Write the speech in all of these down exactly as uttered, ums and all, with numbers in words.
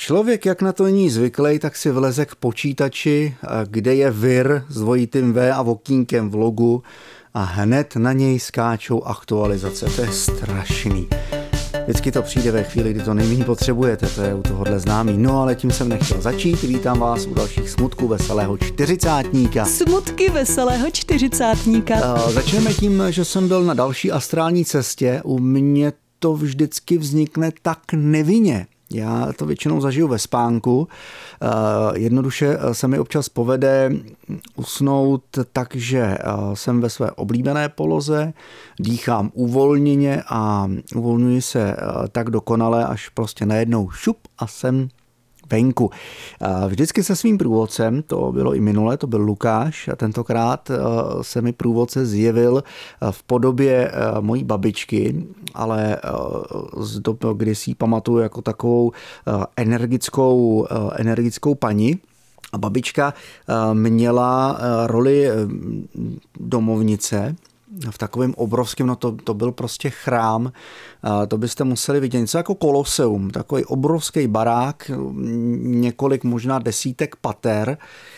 Člověk, jak na to není zvyklý, tak si vleze k počítači, kde je vir s dvojitým V a okýnkem v logu a hned na něj skáčou aktualizace. To je strašný. Vždycky to přijde ve chvíli, kdy to nejméně potřebujete, to je u tohohle známý. No ale tím jsem nechtěl začít, vítám vás u dalších smutků veselého čtyřicátníka. Smutky veselého čtyřicátníka. Uh, začneme tím, že jsem byl na další astrální cestě. U mě to vždycky vznikne tak nevinně. Já to většinou zažiju ve spánku. Jednoduše se mi občas povede usnout tak, že jsem ve své oblíbené poloze, dýchám uvolněně a uvolňuji se tak dokonale, až prostě najednou šup a jsem venku. Vždycky se svým průvodcem, to bylo i minule, to byl Lukáš a tentokrát se mi průvodce zjevil v podobě mojí babičky, ale z doby, kdy si ji pamatuju jako takovou energickou, energickou paní. A babička měla roli domovnice, v takovém obrovském, no to, to byl prostě chrám, to byste museli vidět, něco jako koloseum, takový obrovský barák, několik možná desítek pater,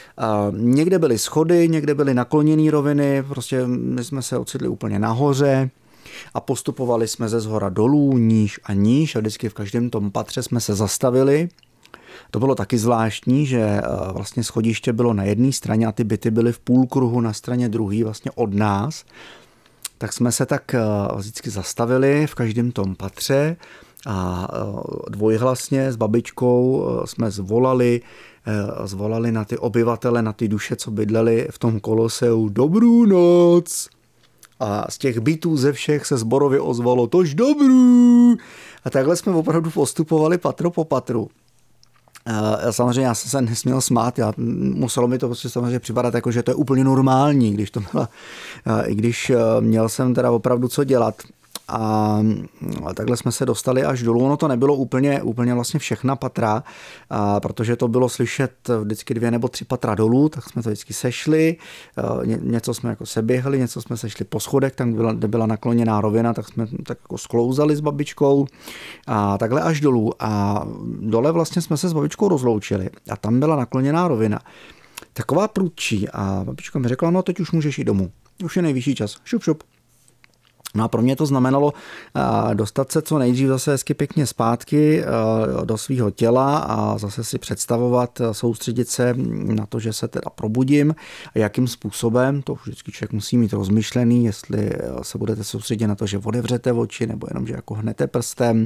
někde byly schody, někde byly nakloněné roviny, prostě my jsme se ocitli úplně nahoře a postupovali jsme ze zhora dolů, níž a níž a vždycky v každém tom patře jsme se zastavili. To bylo taky zvláštní, že vlastně schodiště bylo na jedné straně a ty byty byly v půlkruhu na straně druhé vlastně od nás. Tak jsme se tak vždycky zastavili v každém tom patře a dvojhlasně s babičkou jsme zvolali, zvolali na ty obyvatele, na ty duše, co bydleli v tom koloseu, dobrou noc. A z těch bytů ze všech se sborově ozvalo, tož dobrou. A takhle jsme opravdu postupovali patro po patru. Samozřejmě já jsem se nesměl smát, já, muselo mi to prostě samozřejmě připadat jako, že to je úplně normální, když to byla, i když měl jsem teda opravdu co dělat. A takhle jsme se dostali až dolů. Ono to nebylo úplně, úplně vlastně všechna patra, a protože to bylo slyšet vždycky dvě nebo tři patra dolů, tak jsme to vždycky sešli. Ně, něco jsme jako seběhli, něco jsme sešli po schodech, tam byla, kde byla nakloněná rovina, tak jsme tak jako sklouzali s babičkou a takhle až dolů. A dole vlastně jsme se s babičkou rozloučili a tam byla nakloněná rovina. Taková prudčí a babička mi řekla, no teď už můžeš jít domů. Už je nejvyšší čas. Šup, šup. No a pro mě to znamenalo dostat se co nejdřív zase hezky pěkně zpátky do svého těla a zase si představovat, soustředit se na to, že se teda probudím a jakým způsobem, to vždycky člověk musí mít rozmyšlený, jestli se budete soustředit na to, že otevřete oči nebo jenom, že jako hnete prstem,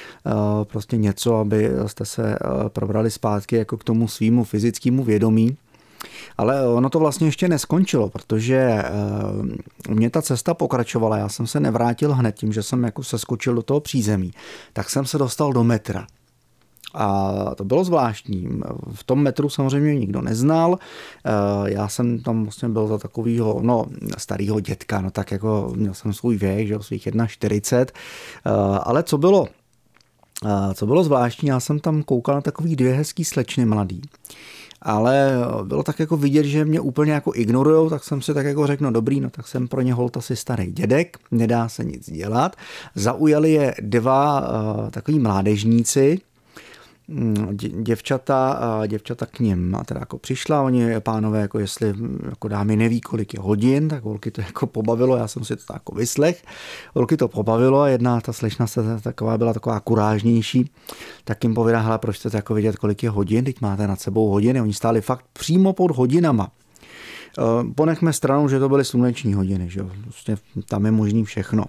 prostě něco, aby jste se probrali zpátky jako k tomu svýmu fyzickému vědomí. Ale ono to vlastně ještě neskončilo, protože mě ta cesta pokračovala, já jsem se nevrátil hned tím, že jsem jako seskočil do toho přízemí, tak jsem se dostal do metra. A to bylo zvláštní. V tom metru samozřejmě nikdo neznal. Já jsem tam vlastně byl za takovýho, no, starýho dětka, no tak jako měl jsem svůj věk, že svých čtyřicet jedna. Ale co bylo, co bylo zvláštní, já jsem tam koukal na takový dvě hezký slečny mladý. Ale bylo tak jako vidět, že mě úplně jako ignorujou, tak jsem si tak jako řekl, no dobrý, no tak jsem pro ně holt asi starý dědek, nedá se nic dělat. Zaujali je dva uh, takový mládežníci, děvčata, děvčata k nim a teda jako přišla, oni pánové, jako jestli jako dámy neví, kolik je hodin, tak holky to jako pobavilo, já jsem si to jako vyslech, holky to pobavilo a jedna ta slečna se taková byla taková kurážnější, tak jim povědá, hele, proč chcete jako vědět, kolik je hodin, teď máte nad sebou hodiny, oni stáli fakt přímo pod hodinama. Ponechme stranou, že to byly sluneční hodiny, že prostě tam je možný všechno.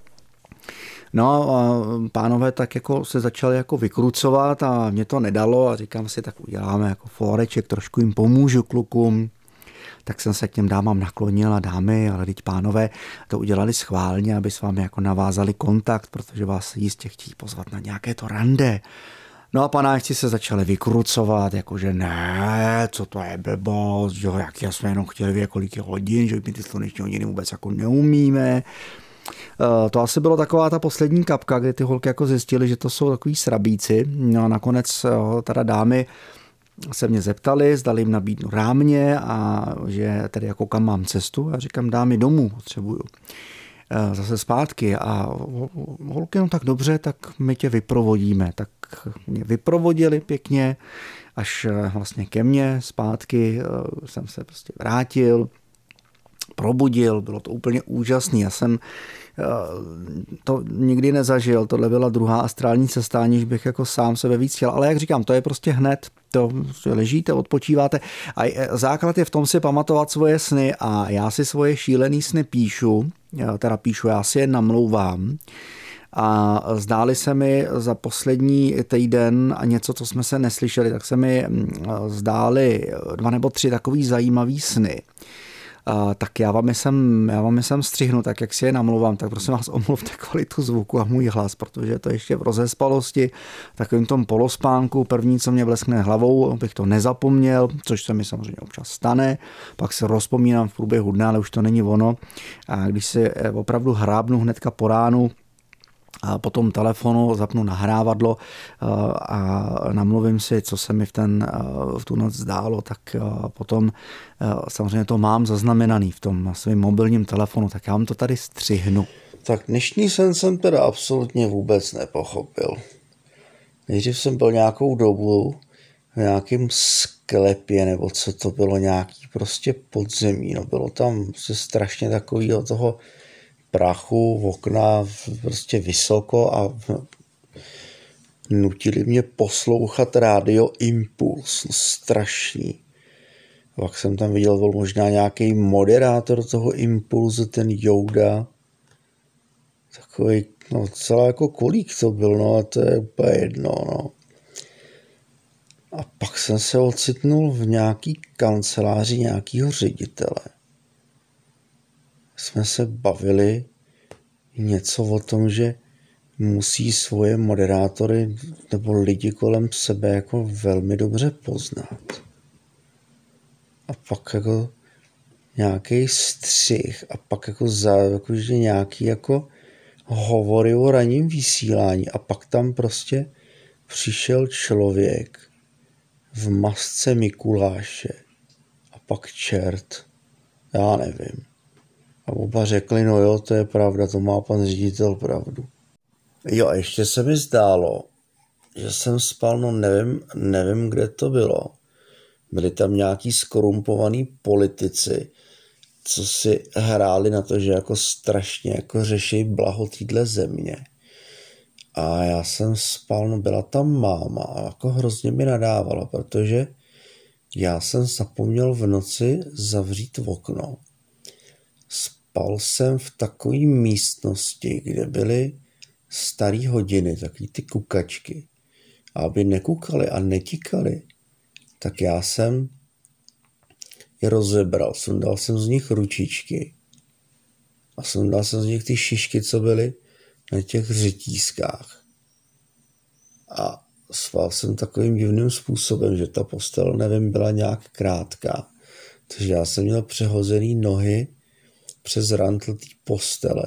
No a pánové tak jako se začali jako vykrucovat a mě to nedalo a říkám si, tak uděláme jako fóreček, trošku jim pomůžu klukům. Tak jsem se k těm dámám naklonil a dámy, ale teď pánové to udělali schválně, aby s vámi jako navázali kontakt, protože vás jistě chtějí pozvat na nějaké to rande. No a panáčci se začali vykrucovat, jakože ne, co to je blbost, že jak já jsme jenom chtěli vědět, kolik je hodin, že my ty sluneční hodiny vůbec jako neumíme. To asi bylo taková ta poslední kapka, kdy ty holky jako zjistily, že to jsou takový srabíci. No a nakonec teda dámy se mě zeptali, zdali jim nabídnu rámě a že tedy jako kam mám cestu. A říkám, dámy domů potřebuju. zase zpátky a holky, no tak dobře, tak my tě vyprovodíme. Tak mě vyprovodili pěkně až vlastně ke mně zpátky, jsem se prostě vrátil, probudil, bylo to úplně úžasný. Já jsem to nikdy nezažil, tohle byla druhá astrální cesta, aniž bych jako sám sebe víc chtěl, ale jak říkám, to je prostě hned, to ležíte, odpočíváte a základ je v tom si pamatovat svoje sny a já si svoje šílený sny píšu, já teda píšu, já si je namlouvám a zdály se mi za poslední týden a něco, co jsme se neslyšeli, tak se mi zdály dva nebo tři takový zajímavý sny. Uh, tak já vám je sem, já vám je sem střihnu, tak jak si je namluvám, tak prosím vás omluvte kvalitu zvuku a můj hlas, protože je to ještě v rozespalosti, takovým tom polospánku, první, co mě bleskne hlavou, abych to nezapomněl, což se mi samozřejmě občas stane, pak se rozpomínám v průběhu dne, ale už to není ono. A když si opravdu hrábnu hnedka po ránu, a po tom telefonu zapnu nahrávadlo a namluvím si, co se mi v, ten, v tu noc zdálo, tak potom samozřejmě to mám zaznamenaný v tom svém mobilním telefonu, tak já vám to tady střihnu. Tak dnešní sen jsem teda absolutně vůbec nepochopil. Nejdřív jsem byl nějakou dobu v nějakém sklepě, nebo co to bylo, nějaký prostě podzemí. No bylo tam prostě strašně takového toho prachu, v okna prostě vysoko a nutili mě poslouchat rádio Impuls, no, strašný. Pak jsem tam viděl byl možná nějaký moderátor toho Impulzu, ten Jouda. Takový, no celá jako kolík to byl, no a to je úplně jedno, no. A pak jsem se ocitnul v nějaký kanceláři nějakého ředitele. Jsme se bavili něco o tom, že musí svoje moderátory nebo lidi kolem sebe jako velmi dobře poznat. A pak jako nějaký střih a pak jako, za, jako že nějaký jako hovory o ranním vysílání a pak tam prostě přišel člověk v masce Mikuláše a pak čert. Já nevím. A oba řekli, no jo, to je pravda, to má pan ředitel pravdu. Jo, a ještě se mi zdálo, že jsem spal, no nevím, nevím, kde to bylo. Byli tam nějaký skorumpovaný politici, co si hráli na to, že jako strašně jako řeší blaho téhle země. A já jsem spal, no byla tam máma a jako hrozně mi nadávala, protože já jsem zapomněl v noci zavřít okno. Spal jsem v takové místnosti, kde byly starý hodiny, takový ty kukačky. A aby nekukali a netikaly, tak já jsem je rozebral. Sundal jsem z nich ručičky a sundal jsem z nich ty šišky, co byly na těch řetízkách. A spal jsem takovým divným způsobem, že ta postel, nevím, byla nějak krátká. Takže já jsem měl přehozený nohy přes rantl té postele.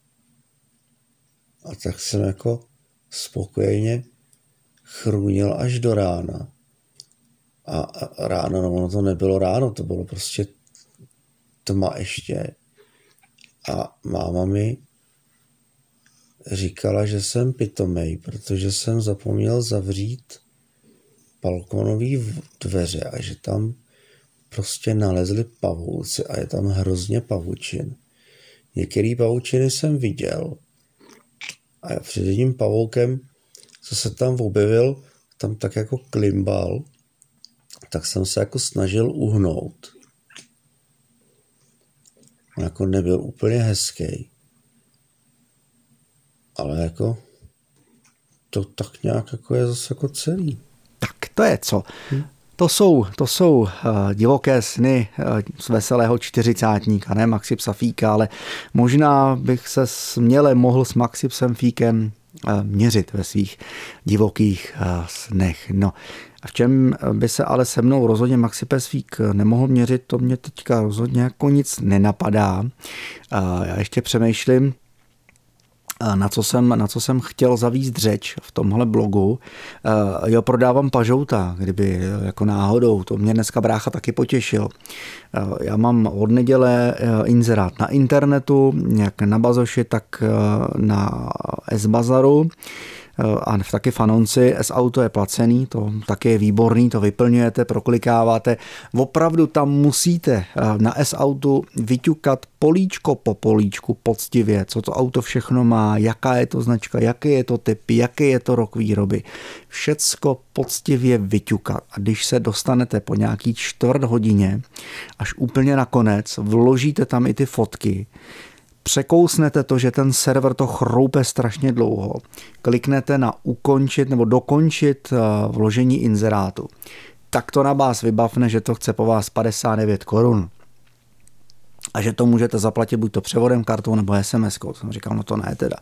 A tak jsem jako spokojeně chrůnil až do rána. A, a ráno, no ono to nebylo ráno, to bylo prostě tma ještě. A máma mi říkala, že jsem pitomej, protože jsem zapomněl zavřít balkonový dveře a že tam prostě nalezli pavouci a je tam hrozně pavučin. Některý pavučiny jsem viděl a před jedním pavoukem, co se tam objevil, tam tak jako klimbal, tak jsem se jako snažil uhnout. On jako nebyl úplně hezký. Ale jako to tak nějak jako je zase jako celý. Tak to je co? Hm? To jsou, to jsou uh, divoké sny uh, z veselého čtyřicátníka, ne Maxi Psafíka, ale možná bych se směle mohl s Maxi Psafíkem uh, měřit ve svých divokých uh, snech. No. A v čem by se ale se mnou rozhodně Maxi Psafík nemohl měřit, to mě teďka rozhodně jako nic nenapadá. Uh, já ještě přemýšlím, Na co, jsem, na co jsem chtěl zavíst řeč v tomhle blogu. Jo, prodávám pažouta, kdyby jako náhodou, to mě dneska brácha taky potěšil. Já mám od neděle inzerát na internetu, jak na Bazoši, tak na S-Bazaru. A taky v anonci. S-Auto je placený, to taky je výborný, to vyplňujete, proklikáváte. Opravdu tam musíte na S-Autu vyťukat políčko po políčku poctivě, co to auto všechno má, jaká je to značka, jaký je to typ, jaký je to rok výroby. Všecko poctivě vyťukat. A když se dostanete po nějaký čtvrt hodině, až úplně nakonec, vložíte tam i ty fotky, překousnete to, že ten server to chroupe strašně dlouho. Kliknete na ukončit nebo dokončit vložení inzerátu. Tak to na vás vybavne, že to chce po vás padesát devět korun. A že to můžete zaplatit buď to převodem kartou nebo es em eskou. To jsem říkal, no to ne teda.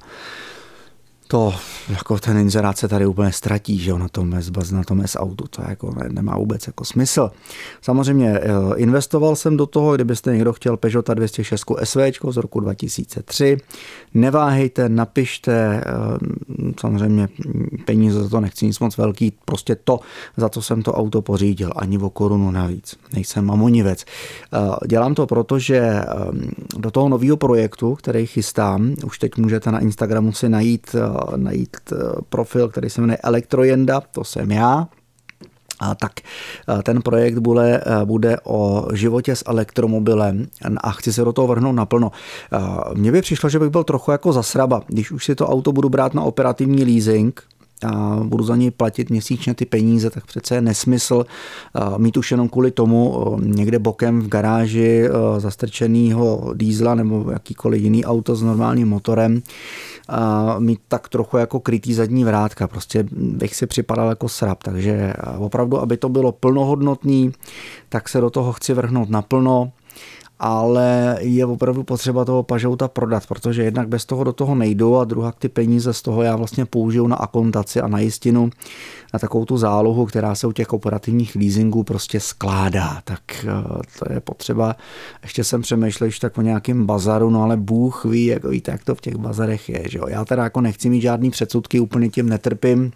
To, jako ten inzerát se tady úplně ztratí, že jo, na tom, na tom S-Autu, to jako ne, nemá vůbec jako smysl. Samozřejmě investoval jsem do toho, kdybyste někdo chtěl Peugeota dvě stě šest SVčko z roku dva tisíce tři, neváhejte, napište, samozřejmě peníze za to nechci nic moc velký, prostě to, za co jsem to auto pořídil, ani o korunu navíc, nejsem mamonivec. Dělám to proto, že do toho nového projektu, který chystám, už teď můžete na Instagramu si najít najít profil, který se jmenuje Elektrojenda, to jsem já. A tak ten projekt bude, bude o životě s elektromobilem a chci se do toho vrhnout naplno. Mně by přišlo, že bych byl trochu jako zasraba, když už si to auto budu brát na operativní leasing a budu za něj platit měsíčně ty peníze, tak přece je nesmysl mít už jenom kvůli tomu někde bokem v garáži zastrčenýho dýzla nebo jakýkoliv jiný auto s normálním motorem a mít tak trochu jako krytý zadní vrátka. Prostě bych si připadal jako srab, takže opravdu, aby to bylo plnohodnotný, tak se do toho chci vrhnout naplno, ale je opravdu potřeba toho pažouta prodat, protože jednak bez toho do toho nejdu a druhá ty peníze z toho já vlastně použiju na akontaci a na jistinu, na takovou tu zálohu, která se u těch operativních leasingů prostě skládá. Tak to je potřeba. Ještě jsem přemýšlel, že tak o nějakém bazaru, no ale Bůh ví, jak, víte, jak to v těch bazarech je. Že jo? Já teda jako nechci mít žádný předsudky, úplně tím netrpím.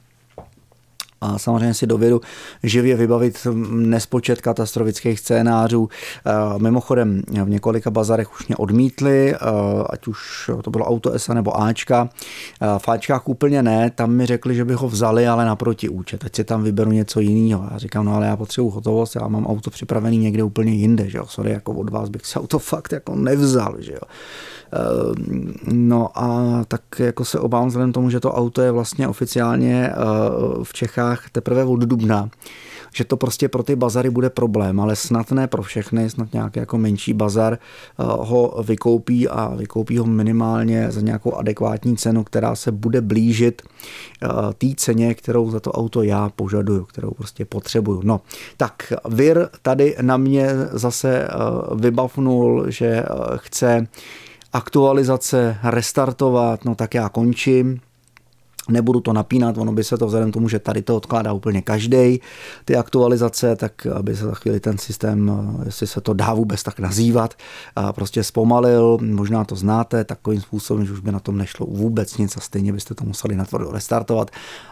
A samozřejmě si dovedu živě vybavit nespočet katastrofických scénářů. Mimochodem v několika bazarech už mě odmítli, ať už to bylo Auto S A nebo Ačka. V Ačkách úplně ne, tam mi řekli, že by ho vzali, ale na protiúčet, ať si tam vyberu něco jiného. Já říkám, no ale já potřebuji hotovost, já mám auto připravený někde úplně jinde, že jo. Sorry, jako od vás bych si auto fakt jako nevzal, že jo. No a tak jako se obávám vzhledem tomu, že to auto je vlastně oficiálně v Čechách teprve od dubna, že to prostě pro ty bazary bude problém, ale snad ne pro všechny, snad nějaký jako menší bazar ho vykoupí a vykoupí ho minimálně za nějakou adekvátní cenu, která se bude blížit té ceně, kterou za to auto já požaduju, kterou prostě potřebuju. No, tak Vir tady na mě zase vybavnul, že chce aktualizace restartovat, no tak já končím. Nebudu to napínat, ono by se to vzhledem k tomu, že tady to odkládá úplně každej, ty aktualizace, tak aby se za chvíli ten systém, jestli se to dá vůbec tak nazývat, prostě zpomalil, možná to znáte, takovým způsobem, že už by na tom nešlo vůbec nic a stejně byste to museli natvrdo restartovat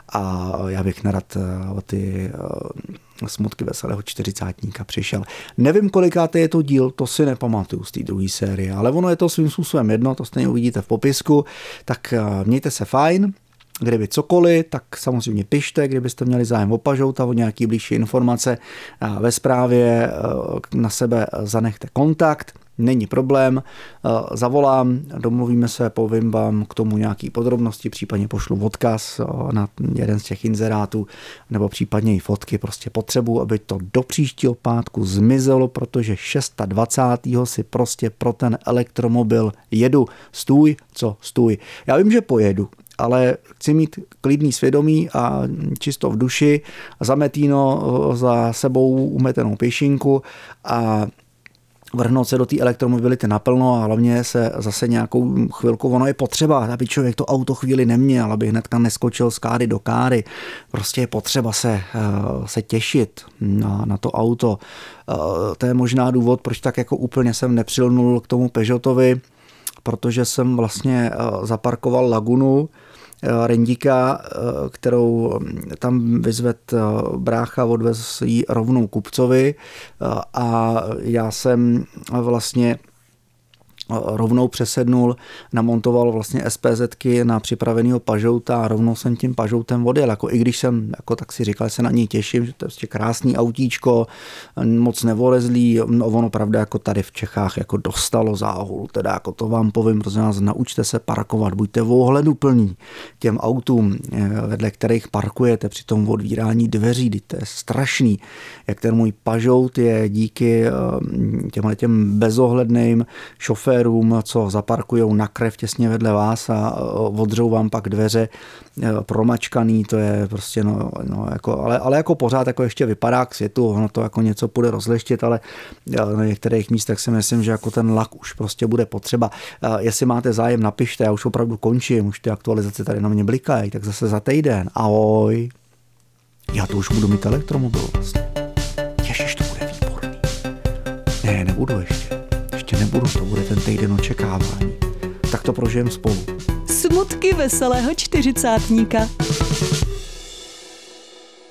a já bych nerad o ty smutky veselého čtyřicátníka přišel. Nevím, kolikátý je to díl, to si nepamatuju z té druhé série, ale ono je to svým způsobem jedno, to stejně uvidíte v popisku, tak mějte se fajn. Kdyby cokoliv, tak samozřejmě pište, kdybyste měli zájem o pažouta, o nějaký blížší informace ve zprávě, na sebe zanechte kontakt, není problém, zavolám, domluvíme se, povím vám k tomu nějaký podrobnosti, případně pošlu odkaz na jeden z těch inzerátů, nebo případně i fotky, prostě potřebuji, aby to do příštího pátku zmizelo, protože dvacátého šestého si prostě pro ten elektromobil jedu, stůj, co stůj. Já vím, že pojedu, ale chci mít klidný svědomí a čisto v duši, zametíno za sebou umetenou pěšinku a vrhnout se do té elektromobility naplno a hlavně se zase nějakou chvilku, ono je potřeba, aby člověk to auto chvíli neměl, aby hnedka neskočil z káry do káry. Prostě je potřeba se, se těšit na, na to auto. To je možná důvod, proč tak jako úplně jsem nepřilnul k tomu Peugeotovi, protože jsem vlastně zaparkoval Lagunu Rendíka, kterou tam vyzved brácha, odvez ji rovnou kupcovi a já jsem vlastně rovnou přesednul, namontoval vlastně SPZky na připravenýho pažouta a rovnou jsem tím pažoutem odjel. Jako, i když jsem, jako, tak si říkal, se na něj těším, že to je prostě krásný autíčko, moc nevolezlý, no ono pravda jako tady v Čechách jako dostalo záhul, teda jako to vám povím, prosím vás, naučte se parkovat, buďte ohleduplní těm autům, vedle kterých parkujete při tom odvírání dveří, to je strašný, jak ten můj pažout je díky těmhle těm bezohledným šoférům, co zaparkujou na krev těsně vedle vás a odřou vám pak dveře promačkaný, to je prostě no, no jako, ale, ale jako pořád jako ještě vypadá k světu, ono to jako něco bude rozleštit, ale na některých místech si myslím, že jako ten lak už prostě bude potřeba. Jestli máte zájem, napište, já už opravdu končím, už ty aktualizace tady na mě blikají, tak zase za týden. Ahoj. Já to už budu mít elektromobil vlastně. Ježiš, to bude výborný. Ne, nebudu ještě. Ještě nebudu, to bude ten týden očekávání. Tak to prožijem spolu. Smutky veselého čtyřicátníka.